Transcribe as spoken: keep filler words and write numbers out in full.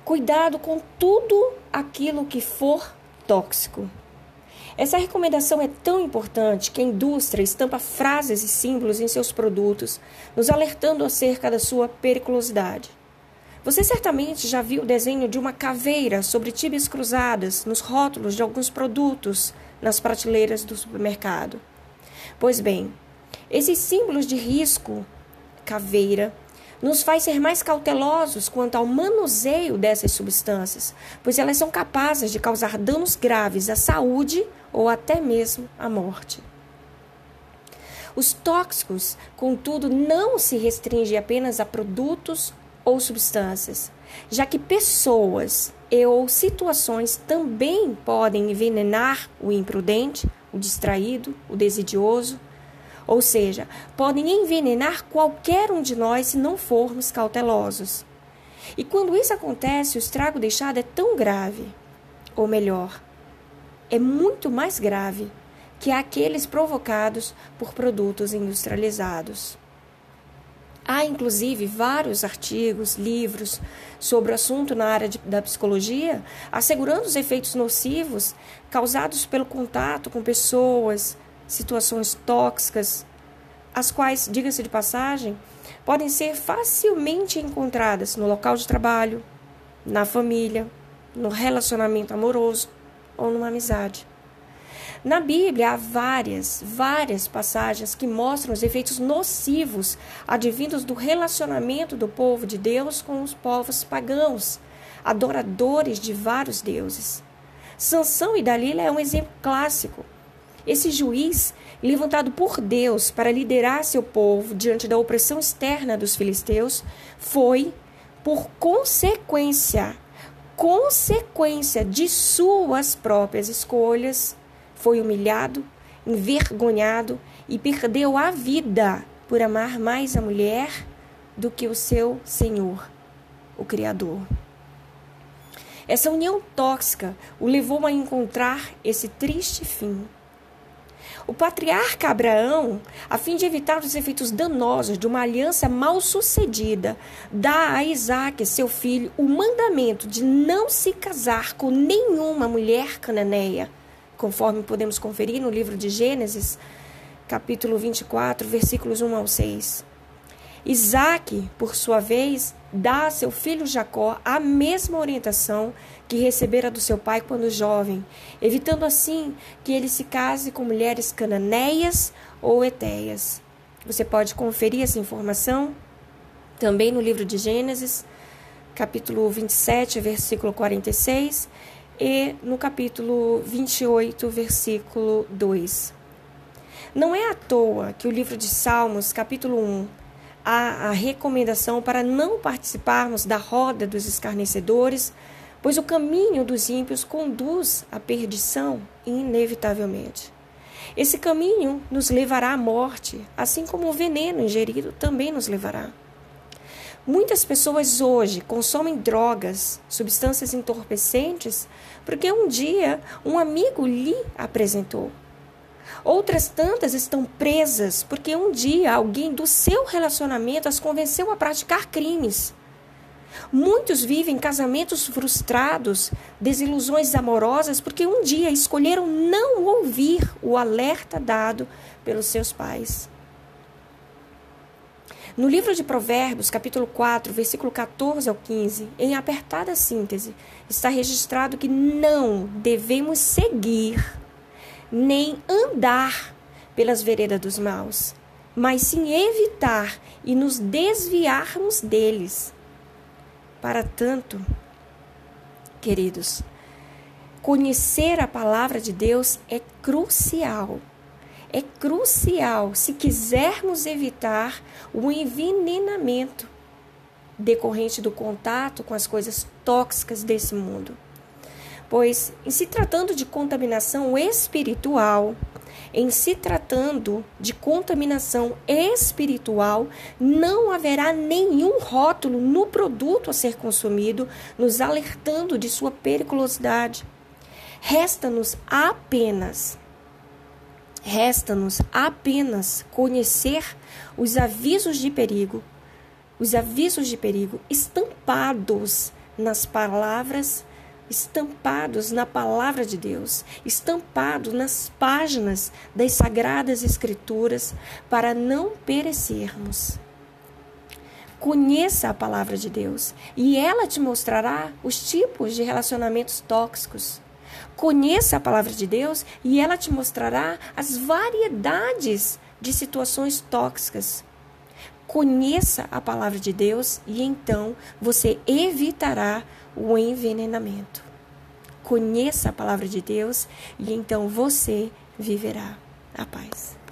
Cuidado com tudo aquilo que for tóxico. Essa recomendação é tão importante que a indústria estampa frases e símbolos em seus produtos, nos alertando acerca da sua periculosidade. Você certamente já viu o desenho de uma caveira sobre tíbias cruzadas nos rótulos de alguns produtos nas prateleiras do supermercado. Pois bem, esses símbolos de risco, caveira, nos faz ser mais cautelosos quanto ao manuseio dessas substâncias, pois elas são capazes de causar danos graves à saúde ou até mesmo à morte. Os tóxicos, contudo, não se restringem apenas a produtos ou substâncias, já que pessoas e ou situações também podem envenenar o imprudente, o distraído, o desidioso, ou seja, podem envenenar qualquer um de nós se não formos cautelosos. E quando isso acontece, o estrago deixado é tão grave, ou melhor, é muito mais grave que aqueles provocados por produtos industrializados. Há, inclusive, vários artigos, livros sobre o assunto na área de, da psicologia, assegurando os efeitos nocivos causados pelo contato com pessoas, situações tóxicas, as quais, diga-se de passagem, podem ser facilmente encontradas no local de trabalho, na família, no relacionamento amoroso ou numa amizade. Na Bíblia há várias, várias passagens que mostram os efeitos nocivos advindos do relacionamento do povo de Deus com os povos pagãos, adoradores de vários deuses. Sansão e Dalila é um exemplo clássico. Esse juiz, levantado por Deus para liderar seu povo diante da opressão externa dos filisteus, foi, por consequência, consequência de suas próprias escolhas, foi humilhado, envergonhado e perdeu a vida por amar mais a mulher do que o seu Senhor, o Criador. Essa união tóxica o levou a encontrar esse triste fim. O patriarca Abraão, a fim de evitar os efeitos danosos de uma aliança mal sucedida, dá a Isaque, seu filho, o mandamento de não se casar com nenhuma mulher cananeia, conforme podemos conferir no livro de Gênesis, capítulo vinte e quatro, versículos um ao seis. Isaque, por sua vez, dá a seu filho Jacó a mesma orientação que recebera do seu pai quando jovem, evitando assim que ele se case com mulheres cananeias ou etéias. Você pode conferir essa informação também no livro de Gênesis, capítulo vinte e sete, versículo quarenta e seis, e no capítulo vinte e oito, versículo dois. Não é à toa que o livro de Salmos, capítulo um, há a recomendação para não participarmos da roda dos escarnecedores, pois o caminho dos ímpios conduz à perdição inevitavelmente. Esse caminho nos levará à morte, assim como o veneno ingerido também nos levará. Muitas pessoas hoje consomem drogas, substâncias entorpecentes, porque um dia um amigo lhe apresentou. Outras tantas estão presas porque um dia alguém do seu relacionamento as convenceu a praticar crimes. Muitos vivem casamentos frustrados, desilusões amorosas, porque um dia escolheram não ouvir o alerta dado pelos seus pais. No livro de Provérbios, capítulo quatro, versículo catorze ao quinze, em apertada síntese, está registrado que não devemos seguir nem andar pelas veredas dos maus, mas sim evitar e nos desviarmos deles. Para tanto, queridos, conhecer a palavra de Deus é crucial. É crucial se quisermos evitar o envenenamento decorrente do contato com as coisas tóxicas desse mundo. Pois, em se tratando de contaminação espiritual, em se tratando de contaminação espiritual, não haverá nenhum rótulo no produto a ser consumido, nos alertando de sua periculosidade. Resta-nos apenas, resta-nos apenas conhecer os avisos de perigo, os avisos de perigo estampados nas palavras, estampados na palavra de Deus, estampados nas páginas das Sagradas Escrituras, para não perecermos. Conheça a palavra de Deus e ela te mostrará os tipos de relacionamentos tóxicos. Conheça a palavra de Deus e ela te mostrará as variedades de situações tóxicas. Conheça a palavra de Deus e então você evitará o envenenamento. Conheça a palavra de Deus e então você viverá a paz.